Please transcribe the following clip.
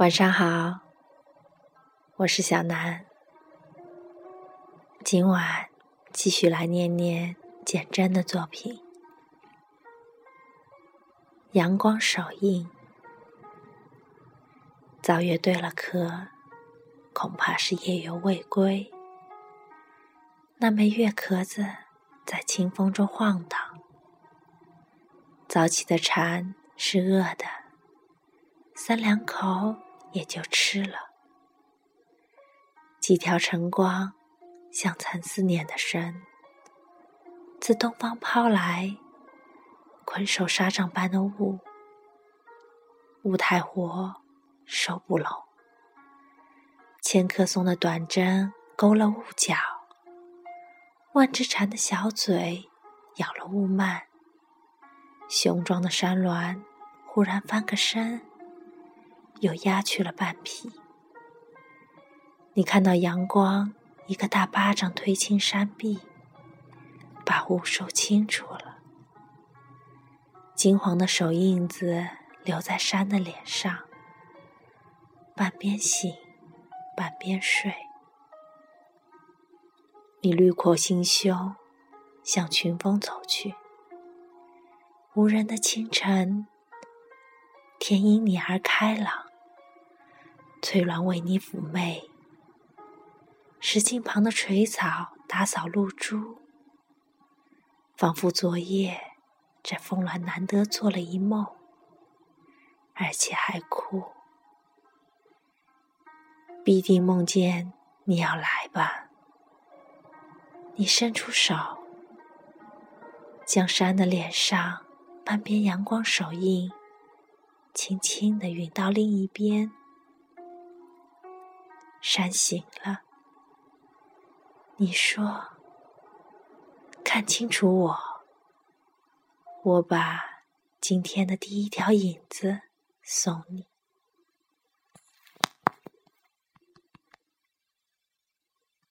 晚上好，我是小南。今晚继续来念念简真的作品《阳光手印》。早月对了壳，恐怕是夜游未归。那枚月壳子在清风中晃荡。早起的蝉是饿的，三两口也就吃了。几条晨光像曾思念的身，自东方抛来，捆守沙帐般的雾太活，收不拢。千棵松的短针勾了雾角，万只蝉的小嘴咬了雾幔。雄壮的山峦忽然翻个身，又压去了半匹。你看到阳光一个大巴掌推进山壁，把雾收清楚了。金黄的手印子留在山的脸上，半边醒半边睡。你滤过心胸，向群峰走去。无人的清晨，天因你而开朗，翠峦为你妩媚。石径旁的垂草打扫露珠，仿佛昨夜这峰峦难得做了一梦，而且还哭。必定梦见你要来吧。你伸出手，将山的脸上半边阳光手印轻轻地匀到另一边。山醒了，你说看清楚我把今天的第一条影子送你。